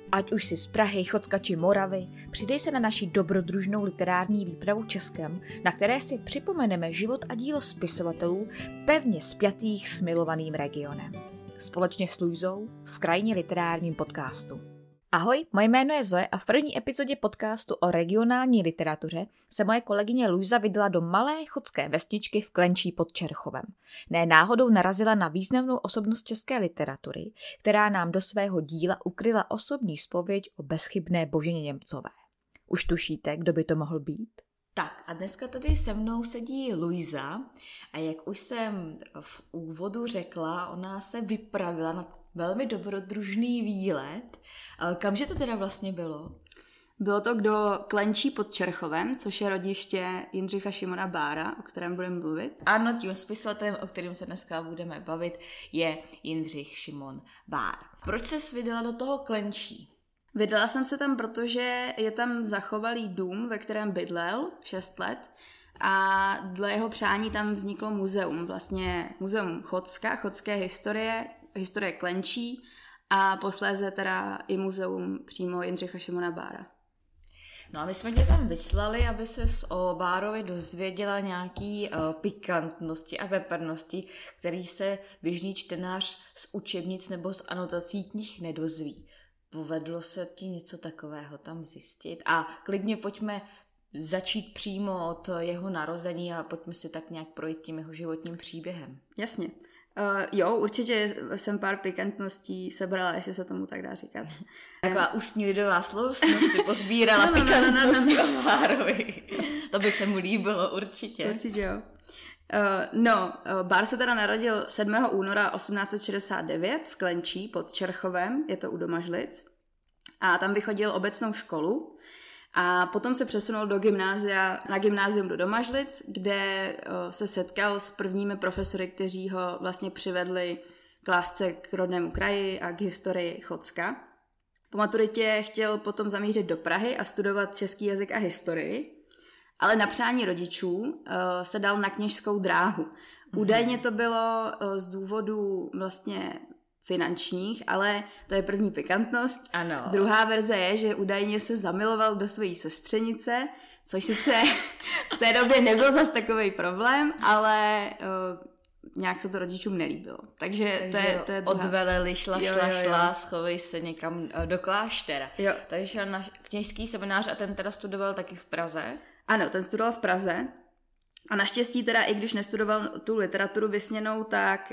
Ať už si z Prahy, Chocka či Moravy, přidej se na naši dobrodružnou literární výpravu Českem, na které si připomeneme život a dílo spisovatelů pevně spjatých s milovaným regionem. Společně s Luizou v Krajině literárním podcastu. Ahoj, moje jméno je Zoe a v první epizodě podcastu o regionální literatuře se moje kolegyně Luisa vydala do malé chotské vesničky v Klenčí pod Čerchovem. Ne náhodou narazila na významnou osobnost české literatury, která nám do svého díla ukryla osobní zpověď o bezchybné Boženě Němcové. Už tušíte, kdo by to mohl být? Tak a dneska tady se mnou sedí Luisa a jak už jsem v úvodu řekla, ona se vypravila na velmi dobrodružný výlet. Kamže to teda vlastně bylo? Bylo to do Klenčí pod Čerchovem, což je rodiště Jindřicha Šimona Bára, o kterém budeme mluvit. Ano, tím spisovatelem, o kterém se dneska budeme bavit, je Jindřich Šimon Bár. Proč ses vydala do toho Klenčí? Vydala jsem se tam, protože je tam zachovalý dům, ve kterém bydlel 6 let a dle jeho přání tam vzniklo muzeum, vlastně muzeum Chocka, chotské historie Klenčí a posléze teda i muzeum přímo Jindřicha Šimona Bára. No a my jsme tě tam vyslali, aby ses o Bárovi dozvěděla nějaký pikantnosti a peprnosti, který se běžný čtenář z učebnic nebo z anotací knih nedozví. Povedlo se ti něco takového tam zjistit? A klidně pojďme začít přímo od jeho narození a pojďme si tak nějak projít tím jeho životním příběhem. Jasně. Jo, určitě jsem pár pikantností sebrala, jestli se tomu tak dá říkat. Taková ústní lidová slovnost si pozbírala pikantnosti o Bárovi. To by se mu líbilo určitě. Určitě jo. Bár se teda narodil 7. února 1869 v Klenčí pod Čerchovem, je to u Domažlic. A tam vychodil obecnou školu. A potom se přesunul na gymnázium do Domažlic, kde se setkal s prvními profesory, kteří ho vlastně přivedli k lásce k rodnému kraji a k historii Chocka. Po maturitě chtěl potom zamířit do Prahy a studovat český jazyk a historii, ale na přání rodičů se dal na kněžskou dráhu. Údajně to bylo z důvodu vlastně finančních, ale to je první pikantnost. Ano. Druhá verze je, že údajně se zamiloval do své sestřenice, což sice v té době nebyl zas takovej problém, ale nějak se to rodičům nelíbilo. Takže to je druhá. Odveleli, šla, schovej se někam do kláštera. Jo. Takže šel na kněžský seminář a ten teda studoval taky v Praze? Ano, ten studoval v Praze a naštěstí teda, i když nestudoval tu literaturu vysněnou, tak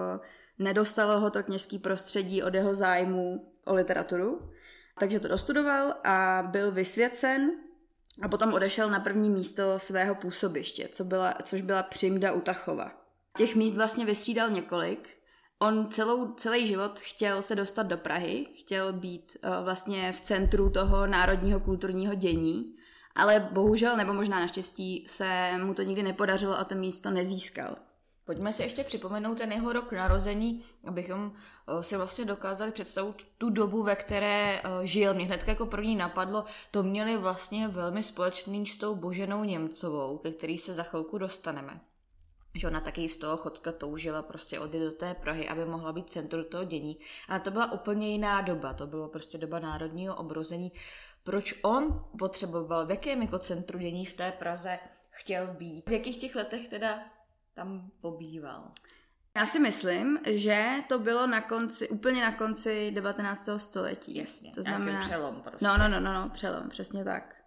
nedostalo ho to kněžský prostředí od jeho zájmu o literaturu. Takže to dostudoval a byl vysvěcen a potom odešel na první místo svého působiště, což byla Přimda u Tachova. Těch míst vlastně vystřídal několik. On celý život chtěl se dostat do Prahy, chtěl být vlastně v centru toho národního kulturního dění, ale bohužel, nebo možná naštěstí, se mu to nikdy nepodařilo a to místo nezískal. Pojďme si ještě připomenout ten jeho rok narození, abychom si vlastně dokázali představit tu dobu, ve které žil. Mě hned jako první napadlo, to měli vlastně velmi společný s tou Boženou Němcovou, ke který se za chvilku dostaneme. Že ona taky z toho Chocka toužila prostě odjít do té Prahy, aby mohla být centrum toho dění. Ale to byla úplně jiná doba, to bylo prostě doba národního obrození. Proč on potřeboval, v jakém jako centru dění v té Praze chtěl být? V jakých těch letech teda tam pobýval? Já si myslím, že to bylo úplně na konci 19. století. Jasně, to znamená přelom prostě. No, přelom, přesně tak.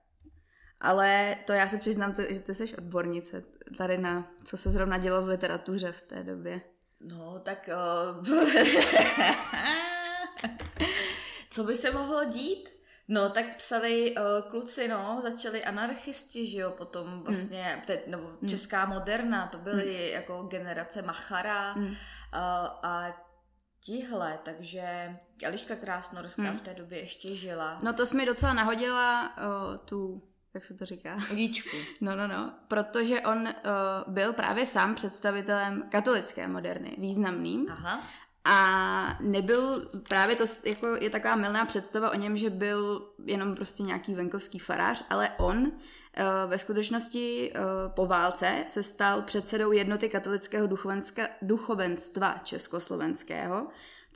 Ale to já se přiznám, že ty jsi odbornice tady na co se zrovna dělo v literatuře v té době. No, tak co by se mohlo dít? No, tak psali kluci, začali anarchisti, že jo, potom vlastně, česká moderna, to byly jako generace Machara a tihle, takže Eliška Krásnorská v té době ještě žila. No to jsi mi docela nahodila jak se to říká? Udíčku. No, protože on byl právě sám představitelem katolické moderny, významným. Aha. A nebyl, právě to jako je taková mylná představa o něm, že byl jenom prostě nějaký venkovský farář, ale on ve skutečnosti po válce se stal předsedou jednoty katolického duchovenstva československého,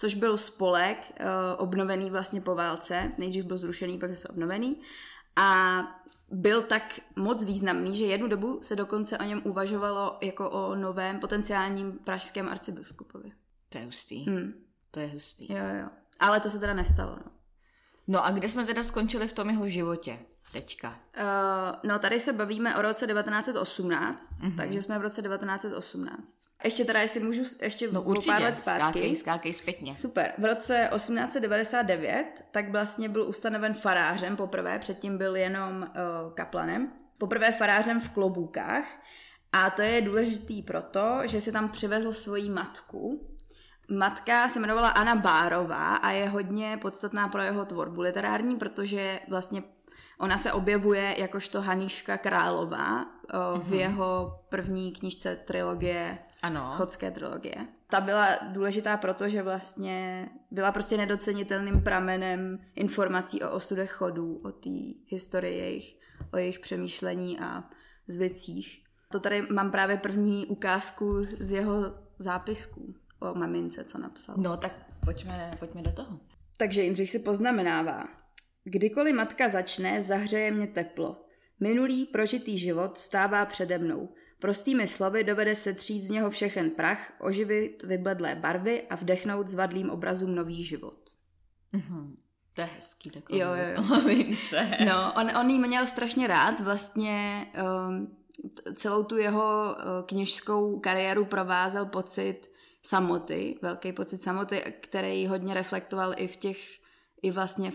což byl spolek obnovený vlastně po válce. Nejdřív byl zrušený, pak zase obnovený. A byl tak moc významný, že jednu dobu se dokonce o něm uvažovalo jako o novém potenciálním pražském arcibiskupovi. To je hustý. To je hustý. Jo. Ale to se teda nestalo, no. No a kde jsme teda skončili v tom jeho životě teďka? No tady se bavíme o roce 1918, takže jsme v roce 1918. Ještě teda, jestli můžu ještě pár let zpátky. Skákej zpětně. Super. V roce 1899 tak vlastně byl ustanoven farářem poprvé, předtím byl jenom kaplanem. Poprvé farářem v Klobůkách a to je důležitý proto, že si tam přivezl svoji matku. Matka se jmenovala Anna Bárová a je hodně podstatná pro jeho tvorbu literární, protože vlastně ona se objevuje jakožto Haníška Králová v jeho první knížce trilogie, Chodské trilogie. Ta byla důležitá proto, že vlastně byla prostě nedocenitelným pramenem informací o osudech Chodů, o té historii o jejich přemýšlení a zvycích. To tady mám právě první ukázku z jeho zápisků o mamince, co napsal. No tak pojďme do toho. Takže Jindřich si poznamenává. Kdykoliv matka začne, zahřeje mě teplo. Minulý prožitý život vstává přede mnou. Prostými slovy dovede setřít z něho všechen prach, oživit vybledlé barvy a vdechnout zvadlým obrazům nový život. To je hezký takový. Jo. No, on jí měl strašně rád, vlastně celou tu jeho kněžskou kariéru provázel pocit samoty, velký pocit samoty, který hodně reflektoval i vlastně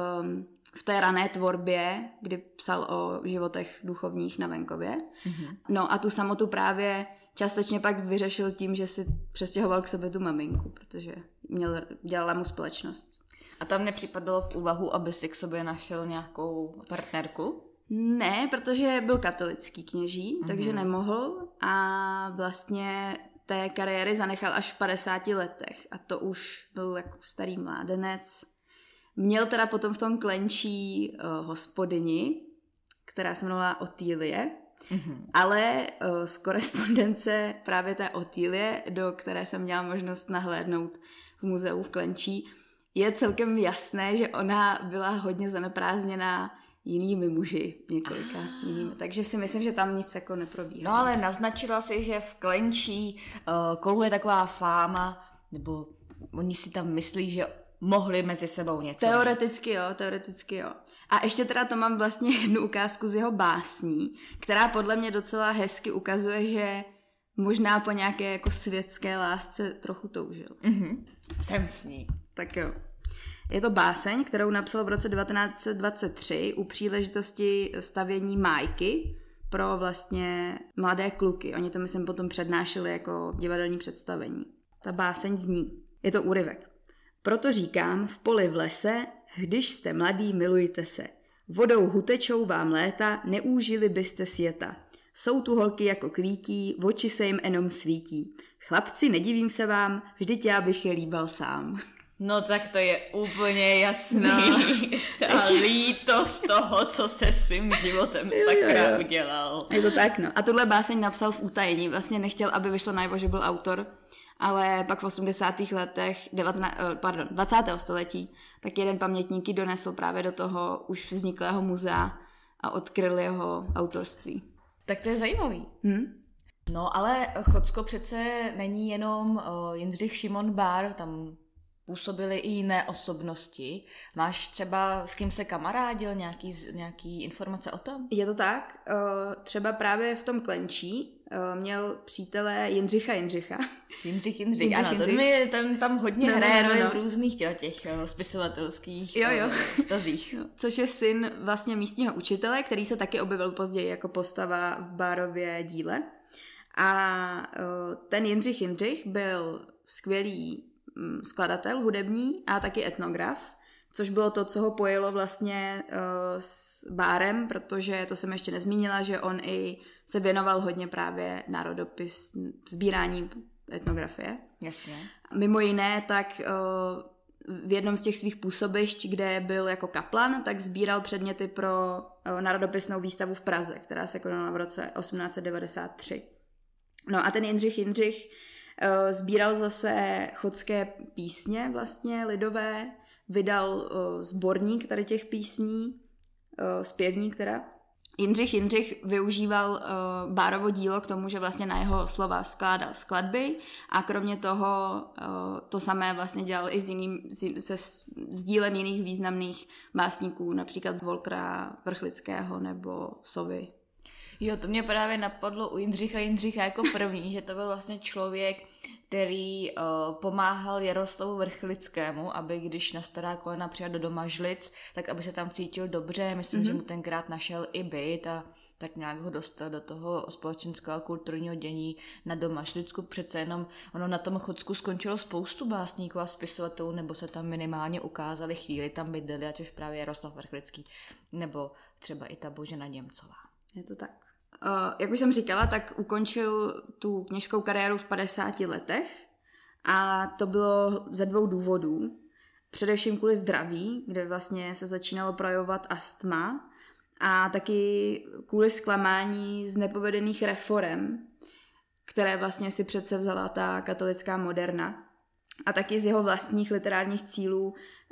v té rané tvorbě, kdy psal o životech duchovních na venkově. No a tu samotu právě částečně pak vyřešil tím, že si přestěhoval k sobě tu maminku, protože dělala mu společnost. A tam nepřipadalo v úvahu, aby si k sobě našel nějakou partnerku? Ne, protože byl katolický kněží, takže nemohl a vlastně té kariéry zanechal až v 50 letech a to už byl jako starý mládenec. Měl teda potom v tom Klenčí hospodyni, která se jmenovala Otýlie, ale z korespondence právě té Otýlie, do které jsem měla možnost nahlédnout v muzeu v Klenčí, je celkem jasné, že ona byla hodně zaneprázdněná jinými muži, několika jinými. Takže si myslím, že tam nic jako neprobíhá. No ale naznačila si, že v Klenčí koluje taková fáma, nebo oni si tam myslí, že mohli mezi sebou něco. Teoreticky jo. A ještě teda to mám vlastně jednu ukázku z jeho básní, která podle mě docela hezky ukazuje, že možná po nějaké jako světské lásce trochu toužil. Jsem s ní. Tak jo. Je to báseň, kterou napsal v roce 1923 u příležitosti stavění májky pro vlastně mladé kluky. Oni to, myslím, potom přednášeli jako divadelní představení. Ta báseň zní. Je to úryvek. Proto říkám, v poli v lese, když jste mladí, milujte se. Vodou hutečou vám léta, neúžili byste světa. Jsou tu holky jako kvítí, v oči se jim jenom svítí. Chlapci, nedivím se vám, vždyť já bych je líbal sám. No tak to je úplně jasný. Ta lítost toho, co se svým životem sakra udělal. Je to tak, no. A tuhle báseň napsal v utajení. Vlastně nechtěl, aby vyšlo najevo, že byl autor, ale pak v 80. letech 20. století tak jeden pamětník donesl právě do toho už vzniklého muzea a odkryl jeho autorství. Tak to je zajímavý. No ale Chocko přece není jenom Jindřich Šimon Bár, tam působily i jiné osobnosti. Máš třeba s kým se kamarádil, nějaký informace o tom? Je to tak. Třeba právě v tom Klenčí měl přítele Jindřicha. Jindřich, ano, ten tam hodně hraje v různých těch spisovatelských vztazích. Což je syn vlastně místního učitele, který se taky objevil později jako postava v Bárově díle. A ten Jindřich byl skvělý skladatel hudební a taky etnograf, což bylo to, co ho pojilo vlastně s Bárem, protože to jsem ještě nezmínila, že on i se věnoval hodně právě národopis, sbírání etnografie. Jasně. Mimo jiné, tak v jednom z těch svých působišť, kde byl jako kaplan, tak sbíral předměty pro národopisnou výstavu v Praze, která se konala v roce 1893. No a ten Jindřich Sbíral zase chodské písně vlastně lidové, vydal sborník tady těch písní, zpěvník teda. Jindřich využíval Bárovo dílo k tomu, že vlastně na jeho slova skládal skladby a kromě toho to samé vlastně dělal i s dílem jiných významných básníků, například Volkra Vrchlického nebo Sovy. Jo, to mě právě napadlo u Jindřicha jako první, že to byl vlastně člověk, který pomáhal Jaroslavu Vrchlickému, aby když na stará kolena přijel do Domažlic, tak aby se tam cítil dobře. Myslím, že mu tenkrát našel i byt a tak nějak ho dostal do toho společenského a kulturního dění na Domažlicku. Přece jenom ono na tom Chodsku skončilo spoustu básníků a spisovatelů, nebo se tam minimálně ukázali, chvíli tam bydleli, ať už právě Jaroslav Vrchlický, nebo třeba i ta Božena Němcová. Je to tak. Jak už jsem říkala, tak ukončil tu kněžskou kariéru v 50 letech a to bylo ze 2 důvodů. Především kvůli zdraví, kde vlastně se začínalo projevovat astma a taky kvůli zklamání z nepovedených reforem, které vlastně si přece vzala ta katolická moderna a taky z jeho vlastních literárních cílů,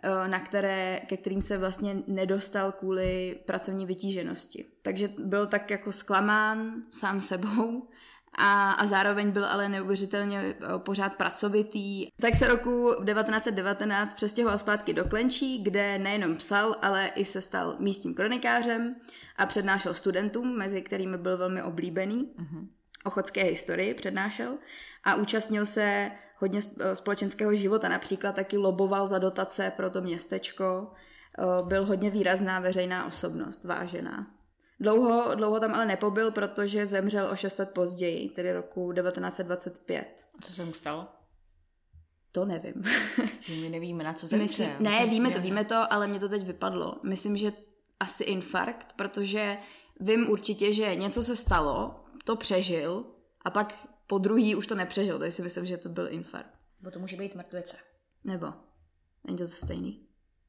ke kterým se vlastně nedostal kvůli pracovní vytíženosti. Takže byl tak jako zklamán sám sebou a zároveň byl ale neuvěřitelně pořád pracovitý. Tak se roku 1919 přestěhoval zpátky do Klenčí, kde nejenom psal, ale i se stal místním kronikářem a přednášel studentům, mezi kterými byl velmi oblíbený. O chodské historii přednášel a účastnil se hodně společenského života, například taky loboval za dotace pro to městečko, byl hodně výrazná veřejná osobnost, vážená. Dlouho tam ale nepobyl, protože zemřel o 6 let později, tedy roku 1925. A co se mu stalo? To nevím. My nevíme, na co zemřel. Víme to, ale mě to teď vypadlo. Myslím, že asi infarkt, protože vím určitě, že něco se stalo, to přežil a pak po druhý už to nepřežil, takže si myslím, že to byl infarkt. Nebo to může být mrtvice. Nebo? Není to stejný?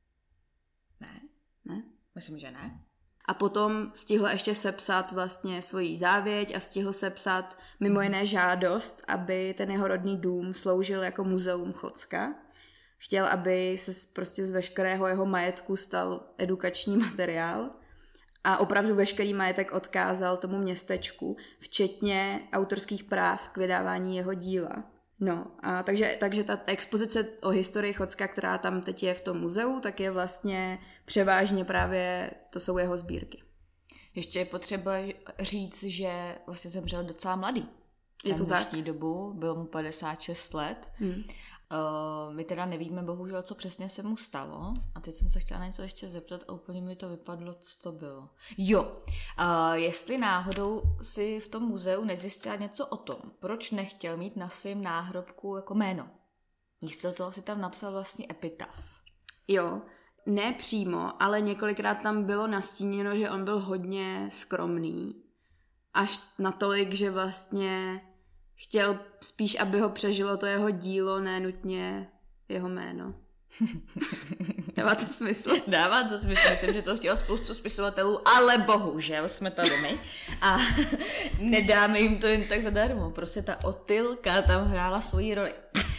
Ne? Myslím, že ne. A potom stihl ještě sepsat vlastně svoji závěť a stihl sepsat mimo jiné žádost, aby ten jeho rodný dům sloužil jako muzeum Chodska. Chtěl, aby se prostě z veškerého jeho majetku stal edukační materiál a opravdu veškerý majetek odkázal tomu městečku, včetně autorských práv k vydávání jeho díla. No, a takže ta expozice o historii Chodska, která tam teď je v tom muzeu, tak je vlastně převážně právě, to jsou jeho sbírky. Ještě je potřeba říct, že vlastně zemřel docela mladý. Je to tak? V dnešní dobu, byl mu 56 let. My teda nevíme bohužel, co přesně se mu stalo. A teď jsem se chtěla něco ještě zeptat a úplně mi to vypadlo, co to bylo. Jo, jestli náhodou si v tom muzeu nezjistila něco o tom, proč nechtěl mít na svém náhrobku jako jméno. Místo toho si tam napsal vlastně epitaf. Jo, ne přímo, ale několikrát tam bylo nastíněno, že on byl hodně skromný. Až natolik, že vlastně chtěl spíš, aby ho přežilo to jeho dílo, ne nutně jeho jméno. Dává to smysl? Dává to smysl, myslím, že to chtělo spoustu spisovatelů, ale bohužel jsme tady my a nedáme jim to jen tak zadarmo. Prostě ta Otylka tam hrála svoji roli.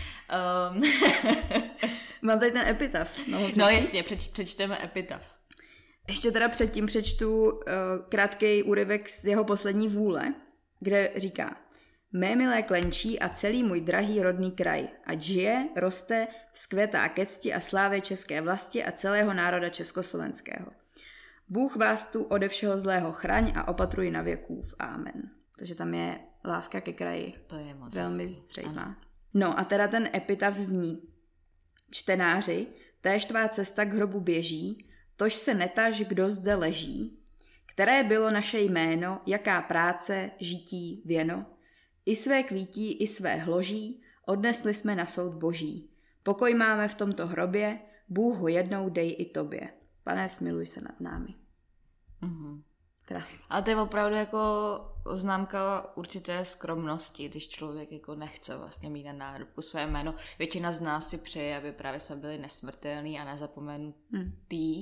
Mám tady ten epitaf. No jasně, přečteme epitaf. Ještě teda předtím přečtu krátkej úryvek z jeho poslední vůle, kde říká: Mé milé Klenčí a celý můj drahý rodný kraj, ať žije, roste, vzkvétá ke cti a slávě české vlasti a celého národa československého. Bůh vás tu ode všeho zlého chraň a opatruj na věkův. Amen. Takže tam je láska ke kraji. To je moc velmi zřejmá. No a teda ten epitaf zní: Čtenáři, též tvá cesta k hrobu běží, tož se netaž, kdo zde leží, které bylo naše jméno, jaká práce, žití, věno, i své kvítí, i své hloží, odnesli jsme na soud boží. Pokoj máme v tomto hrobě, Bůh ho jednou dej i tobě. Pane, smiluj se nad námi. Krásně. Ale to je opravdu jako známka určité skromnosti, když člověk jako nechce vlastně mít na náhrobku své jméno. Většina z nás si přeje, aby právě jsme byli nesmrtelní a nezapomenutí,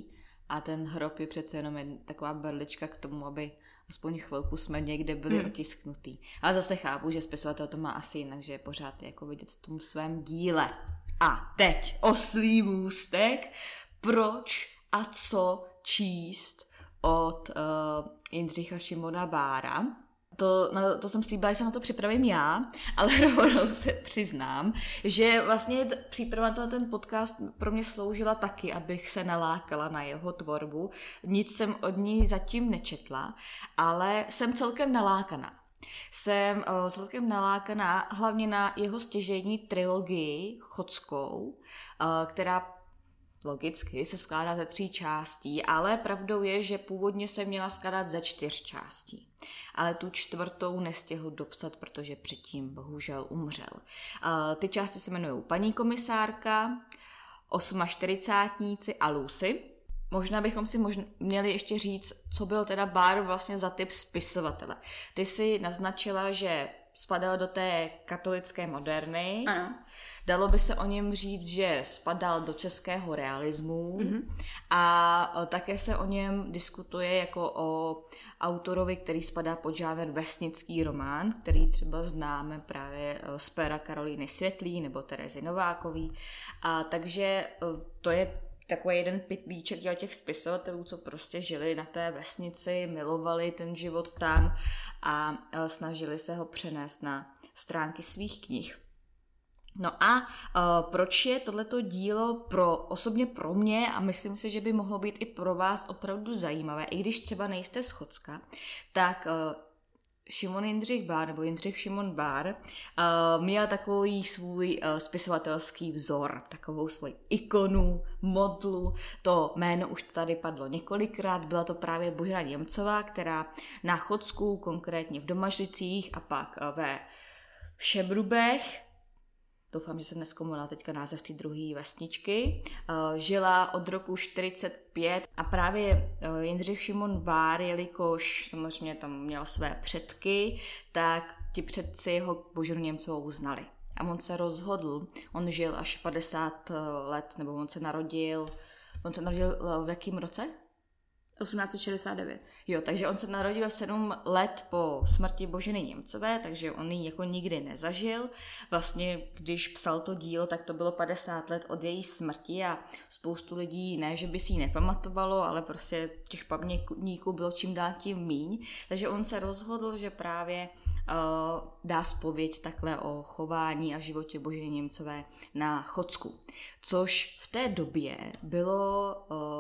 A ten hrob je přece jenom taková berlička k tomu, aby aspoň chvilku jsme někde byli otisknutý. Ale zase chápu, že spisovatel to má asi jinak, že je pořád jako vidět v tom svém díle. A teď oslí můstek, proč a co číst od Jindřicha Šimona Bára. To jsem slíbila, že se na to připravím já, ale rovnou se přiznám, že vlastně příprava na ten podcast pro mě sloužila taky, abych se nalákala na jeho tvorbu. Nic jsem od ní zatím nečetla, ale jsem celkem nalákaná. Jsem celkem nalákaná hlavně na jeho stěžejní trilogii chodskou, která logicky se skládá ze 3 částí, ale pravdou je, že původně se měla skládat ze 4 částí. Ale tu 4. nestihl dopsat, protože předtím bohužel umřel. Ty části se jmenují Paní komisárka, 48 a Lucy. Možná bychom si měli ještě říct, co byl teda Bár vlastně za typ spisovatele. Ty si naznačila, že spadal do té katolické moderny. Ano. Dalo by se o něm říct, že spadal do českého realismu a také se o něm diskutuje jako o autorovi, který spadá pod žánr vesnický román, který třeba známe právě z pera Karolíny Světlý nebo Terezy Novákový. A takže to je takový jeden pytlíček těch spisovatelů, co prostě žili na té vesnici, milovali ten život tam a snažili se ho přenést na stránky svých knih. No a proč je tohleto dílo osobně pro mě a myslím si, že by mohlo být i pro vás opravdu zajímavé, i když třeba nejste z Chocka, tak Šimon Jindřich Bár, nebo Jindřich Šimon Bár, měl takový svůj spisovatelský vzor, takovou svoji ikonu, modlu. To jméno už tady padlo několikrát, byla to právě Božena Němcová, která na Chodsku, konkrétně v Domažlicích a pak ve Všebrubech, doufám, že jsem nezkomolila teďka název té druhé vesničky, žila od roku 45 a právě Jindřich Šimon Bár, jelikož samozřejmě tam měl své předky, tak ti předci ho Boženu Němcovou znali. A on se rozhodl, on žil až 50 let, nebo on se narodil v jakém roce? 1869. Jo, takže on se narodil 7 let po smrti Boženy Němcové, takže on ji jako nikdy nezažil. Vlastně, když psal to dílo, tak to bylo 50 let od její smrti a spoustu lidí, ne, že by si ji nepamatovalo, ale prostě těch pamětníků bylo čím dál tím míň. Takže on se rozhodl, že právě dá zpověď takhle o chování a životě Boženy Němcové na Chodsku. Což v té době bylo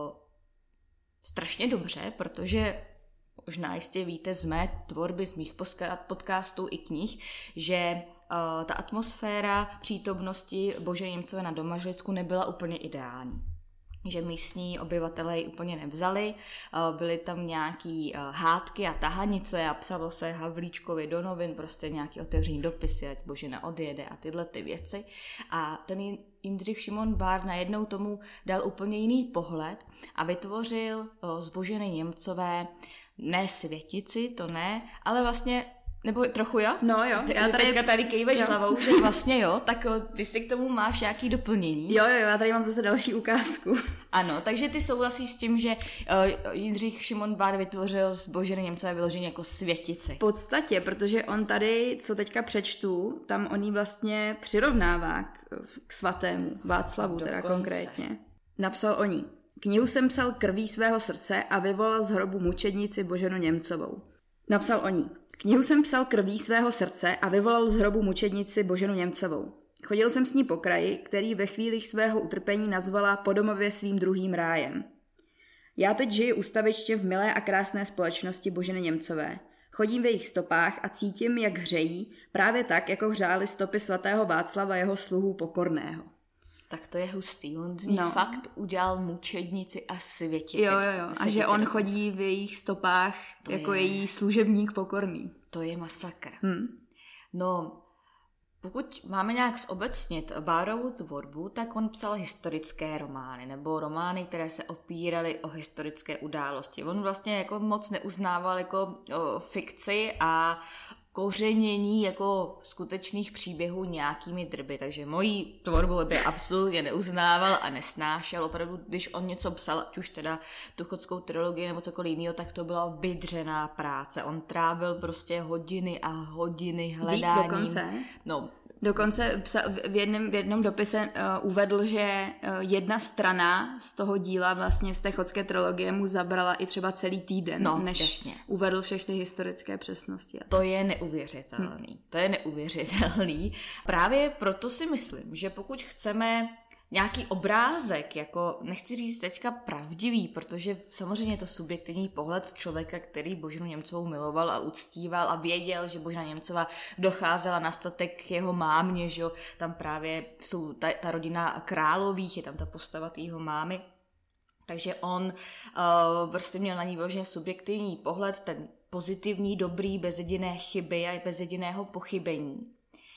strašně dobře, protože možná jistě víte z mé tvorby, z mých podcastů i knih, že ta atmosféra přítomnosti Boženy Němcové na Domažlicku nebyla úplně ideální. Že místní obyvatelé ji úplně nevzali, byly tam nějaký hádky a tahanice a psalo se Havlíčkovi do novin, prostě nějaký otevřený dopisy, ať Božena odjede a tyhle ty věci. A ten Jindřich Šimon Bár najednou tomu dal úplně jiný pohled a vytvořil z Boženy Němcové ne světici, to ne, ale vlastně nebo trochu jo? No jo. Já tady kejveš hlavou, že vlastně jo, tak ty si k tomu máš nějaký doplnění. Jo, já tady mám zase další ukázku. Ano, takže ty souhlasíš s tím, že Jindřich Šimon Bár vytvořil z Boženy Němcové vyloženě jako světici. V podstatě, protože on tady, co teďka přečtu, tam on jí vlastně přirovnává k svatému Václavu, teda konkrétně. Napsal o ní. Knihu jsem psal krví svého srdce a vyvolal z hrobu mučednici Boženu Němcovou. Napsal o ní. Knihu jsem psal krví svého srdce a vyvolal z hrobu mučednici Boženu Němcovou. Chodil jsem s ní po kraji, který ve chvílích svého utrpení nazvala po domově svým druhým rájem. Já teď žiji ustavičtě v milé a krásné společnosti Boženy Němcové. Chodím v jejich stopách a cítím, jak hřejí, právě tak, jako hřály stopy svatého Václava jeho sluhu pokorného. Tak to je hustý, on z ní fakt udělal mučednici a světě. Jo. A že on chodí v jejich stopách to jako její služebník pokorný. To je masakr. No, pokud máme nějak zobecnit Bárovu tvorbu, tak on psal historické romány, nebo romány, které se opíraly o historické události. On vlastně jako moc neuznával jako fikci a kořenění jako skutečných příběhů nějakými drby, takže mojí tvorbu by absolutně neuznával a nesnášel. Opravdu, když on něco psal, ať už teda Tucholskou trilogii nebo cokoliv jiného, tak to byla vydřená práce. On trávil prostě hodiny a hodiny hledáním. Víc dokonce? No, dokonce v jednom dopise uvedl, že jedna strana z toho díla vlastně z té Chotské trilogie mu zabrala i třeba celý týden, než jasně uvedl všechny historické přesnosti. To je neuvěřitelný. To je neuvěřitelný. Právě proto si myslím, že pokud chceme nějaký obrázek, jako nechci říct teďka pravdivý, protože samozřejmě je to subjektivní pohled člověka, který Boženu Němcovou miloval a uctíval a věděl, že Božena Němcová docházela na statek k jeho mámě, že jo, tam právě jsou ta rodina Králových, je tam ta postava jeho mámy, takže on prostě měl na ní vyloženě subjektivní pohled, ten pozitivní, dobrý, bez jediné chyby a bez jediného pochybení.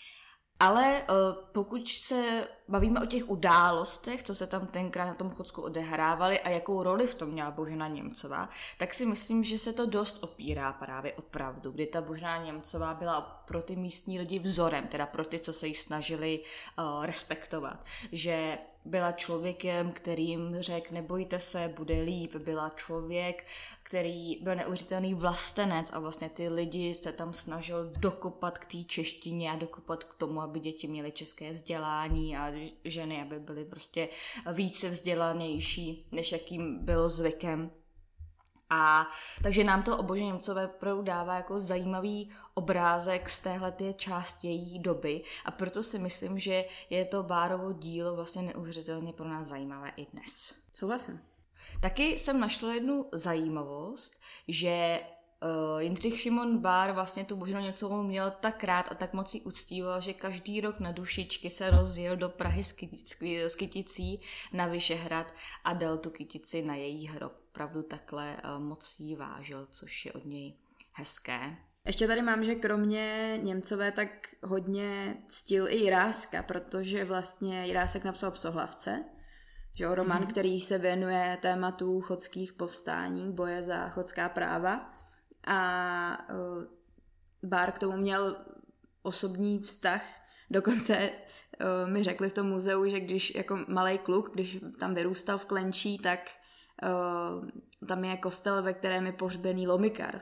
Ale pokud se bavíme o těch událostech, co se tam tenkrát na tom Chotsku odehrávaly a jakou roli v tom měla Božena Němcová, tak si myslím, že se to dost opírá právě o pravdu, kdy ta Božena Němcová byla pro ty místní lidi vzorem, teda pro ty, co se jí snažili respektovat, že byla člověkem, který jim řekl, nebojte se, bude líp, byla člověk, který byl neuvěřitelný vlastenec a vlastně ty lidi se tam snažil dokopat k té češtině a dokopat k tomu, aby děti měly české vzdělání a ženy, aby byly prostě více vzdělanější, než jakým bylo zvykem. A takže nám to o Boženě Němcové opravdu dává jako zajímavý obrázek z téhleté části její doby a proto si myslím, že je to Bárovo dílo vlastně neuvěřitelně pro nás zajímavé i dnes. Souhlasím. Taky jsem našla jednu zajímavost, že Jindřich Šimon Bár vlastně tu Boženu Němcovou měl tak rád a tak moc jí uctíval, že každý rok na dušičky se rozjel do Prahy s kyticí na Vyšehrad a dal tu kytici na její hrob. Opravdu takhle moc jí vážil, což je od něj hezké. Ještě tady mám, že kromě Němcové tak hodně ctil i Jiráska, protože vlastně Jirásek napsal Psohlavce, že román, který se věnuje tématu chotských povstání, boje za chotská práva. A Bár k tomu měl osobní vztah, dokonce mi řekli v tom muzeu, že když jako malej kluk, když tam vyrůstal v Klenčí, tak tam je kostel, ve kterém je pohřbený Lomikar.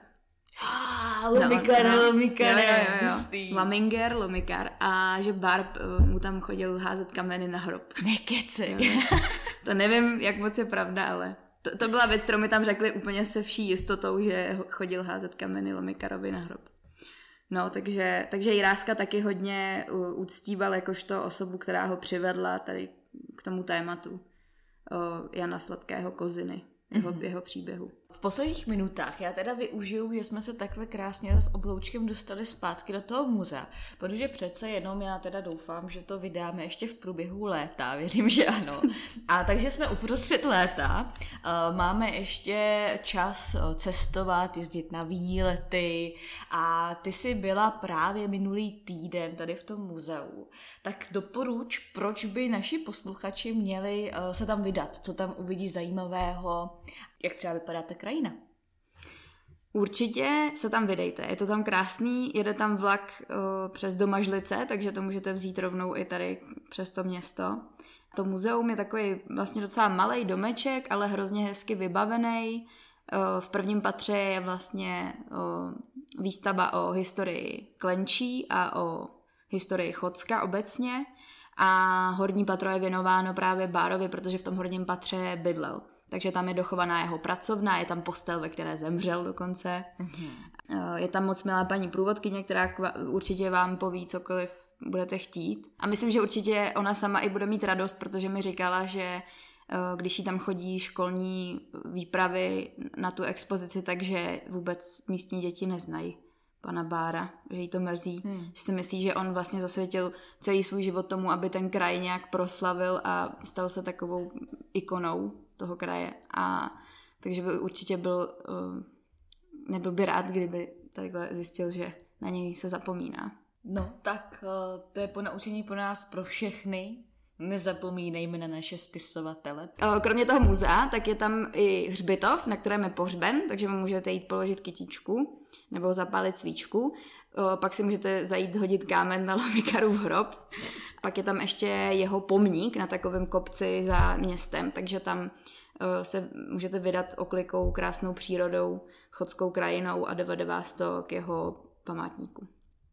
Lomikar, Laminger, Lomikar, a že Bár mu tam chodil házet kameny na hrob. Nekecej. To nevím, jak moc je pravda, ale to byla věc, kterou mi tam řekli úplně se vší jistotou, že chodil házet kameny Lomikarovi na hrob. No, takže Jiráska taky hodně uctíval jakožto osobu, která ho přivedla tady k tomu tématu Jana Sladkého Koziny, jeho příběhu. V posledních minutách já teda využiju, že jsme se takhle krásně s obloučkem dostali zpátky do toho muzea, protože přece jenom já teda doufám, že to vydáme ještě v průběhu léta, věřím, že ano. A takže jsme uprostřed léta, máme ještě čas cestovat, jezdit na výlety a ty jsi byla právě minulý týden tady v tom muzeu. Tak doporuč, proč by naši posluchači měli se tam vydat, co tam uvidí zajímavého, jak třeba vypadá ta krajina. Určitě se tam vydejte, je to tam krásný, jede tam vlak přes Domažlice, takže to můžete vzít rovnou i tady přes to město. To muzeum je takový vlastně docela malej domeček, ale hrozně hezky vybavený. V prvním patře je vlastně výstava o historii Klenčí a o historii Chotska obecně a horní patro je věnováno právě Bárovi, protože v tom horním patře bydlel. Takže tam je dochovaná jeho pracovna, je tam postel, ve které zemřel dokonce. Je tam moc milá paní průvodkyně, která určitě vám poví cokoliv budete chtít. A myslím, že určitě ona sama i bude mít radost, protože mi říkala, že když jí tam chodí školní výpravy na tu expozici, takže vůbec místní děti neznají pana Bára, že jí to mrzí. Že si myslí, že on vlastně zasvětil celý svůj život tomu, aby ten kraj nějak proslavil a stal se takovou ikonou toho kraje. A takže by určitě nebyl by rád, kdyby takhle zjistil, že na něj se zapomíná. No, tak to je ponaučení pro nás, pro všechny. Nezapomínejme na naše spisovatele. Kromě toho muzea, tak je tam i hřbitov, na kterém je pohřben, takže mu můžete jít položit kytičku nebo zapálit svíčku. Pak si můžete zajít hodit kámen na Lomikarův hrob. Pak je tam ještě jeho pomník na takovém kopci za městem, takže tam se můžete vydat oklikou krásnou přírodou, chodskou krajinou a dovede vás to k jeho památníku.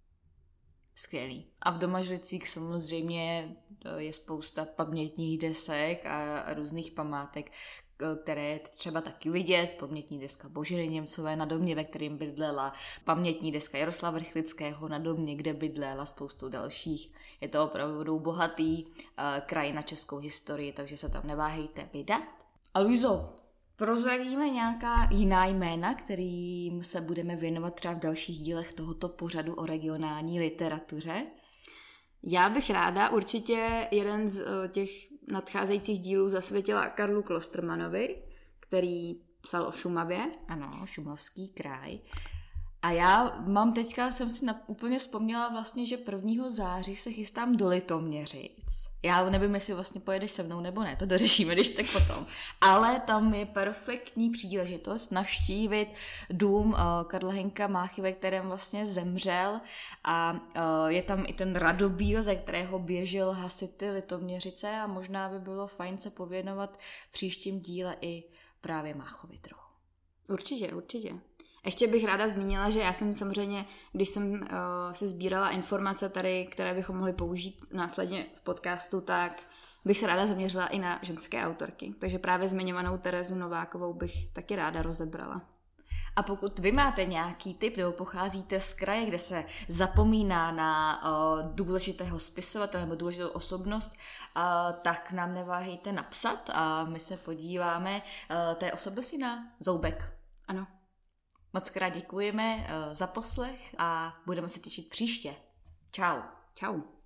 Skvělý. A v Domažlicích samozřejmě je spousta pamětních desek a různých památek, které je třeba taky vidět. Pamětní deska Boženy Němcové na domě, ve kterém bydlela, pamětní deska Jaroslava Rychlického na domě, kde bydlela, spoustu dalších. Je to opravdu bohatý kraj na českou historii, takže se tam neváhejte vydat. A Luizo, prozradíme nějaká jiná jména, kterým se budeme věnovat třeba v dalších dílech tohoto pořadu o regionální literatuře? Já bych ráda určitě jeden z těch nadcházejících dílů zasvětila Karlu Klostermanovi, který psal o Šumavě. Ano, šumavský kraj. A já mám teďka, jsem si úplně vzpomněla vlastně, že 1. září se chystám do Litoměřic. Já nevím, jestli vlastně pojedeš se mnou nebo ne, to dořešíme, když tak potom. Ale tam je perfektní příležitost navštívit dům Karla Hynka Máchy, ve kterém vlastně zemřel a je tam i ten Radobíl, ze kterého běžel hasity Litoměřice a možná by bylo fajn se pověnovat v příštím díle i právě Máchovi trochu. Určitě. Ještě bych ráda zmínila, že já jsem samozřejmě, když jsem si sbírala informace tady, které bychom mohli použít následně v podcastu, tak bych se ráda zaměřila i na ženské autorky. Takže právě zmiňovanou Terezu Novákovou bych taky ráda rozebrala. A pokud vy máte nějaký tip nebo pocházíte z kraje, kde se zapomíná na důležitého spisovatele nebo důležitou osobnost, tak nám neváhejte napsat a my se podíváme té osobnosti na zoubek. Ano. Moc krát děkujeme za poslech a budeme se těšit příště. Čau. Čau.